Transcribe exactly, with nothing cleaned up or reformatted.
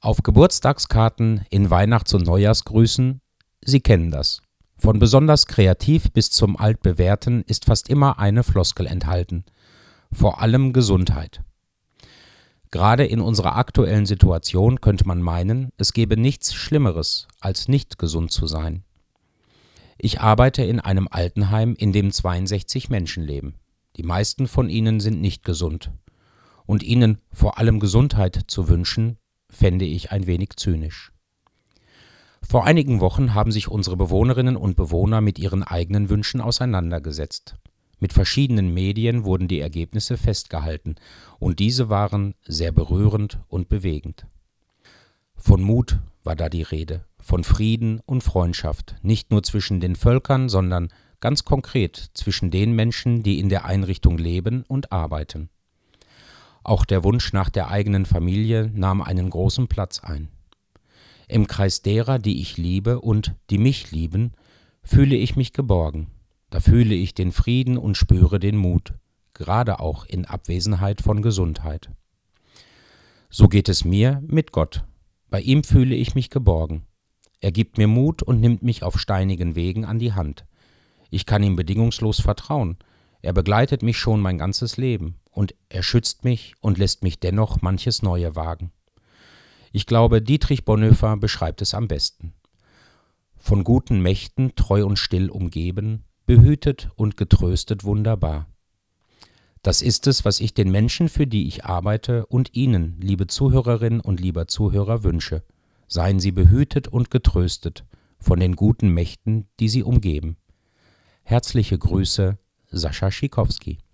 Auf Geburtstagskarten, in Weihnachts- und Neujahrsgrüßen, Sie kennen das. Von besonders kreativ bis zum altbewährten ist fast immer eine Floskel enthalten. Vor allem Gesundheit. Gerade in unserer aktuellen Situation könnte man meinen, es gäbe nichts Schlimmeres, als nicht gesund zu sein. Ich arbeite in einem Altenheim, in dem zweiundsechzig Menschen leben. Die meisten von ihnen sind nicht gesund. Und ihnen vor allem Gesundheit zu wünschen, fände ich ein wenig zynisch. Vor einigen Wochen haben sich unsere Bewohnerinnen und Bewohner mit ihren eigenen Wünschen auseinandergesetzt. Mit verschiedenen Medien wurden die Ergebnisse festgehalten und diese waren sehr berührend und bewegend. Von Mut war da die Rede, von Frieden und Freundschaft, nicht nur zwischen den Völkern, sondern ganz konkret zwischen den Menschen, die in der Einrichtung leben und arbeiten. Auch der Wunsch nach der eigenen Familie nahm einen großen Platz ein. Im Kreis derer, die ich liebe und die mich lieben, fühle ich mich geborgen. Da fühle ich den Frieden und spüre den Mut, gerade auch in Abwesenheit von Gesundheit. So geht es mir mit Gott. Bei ihm fühle ich mich geborgen. Er gibt mir Mut und nimmt mich auf steinigen Wegen an die Hand. Ich kann ihm bedingungslos vertrauen. Er begleitet mich schon mein ganzes Leben und er schützt mich und lässt mich dennoch manches Neue wagen. Ich glaube, Dietrich Bonhoeffer beschreibt es am besten. Von guten Mächten treu und still umgeben, behütet und getröstet wunderbar. Das ist es, was ich den Menschen, für die ich arbeite, und Ihnen, liebe Zuhörerinnen und lieber Zuhörer, wünsche. Seien Sie behütet und getröstet von den guten Mächten, die Sie umgeben. Herzliche Grüße, Sascha Schikowski.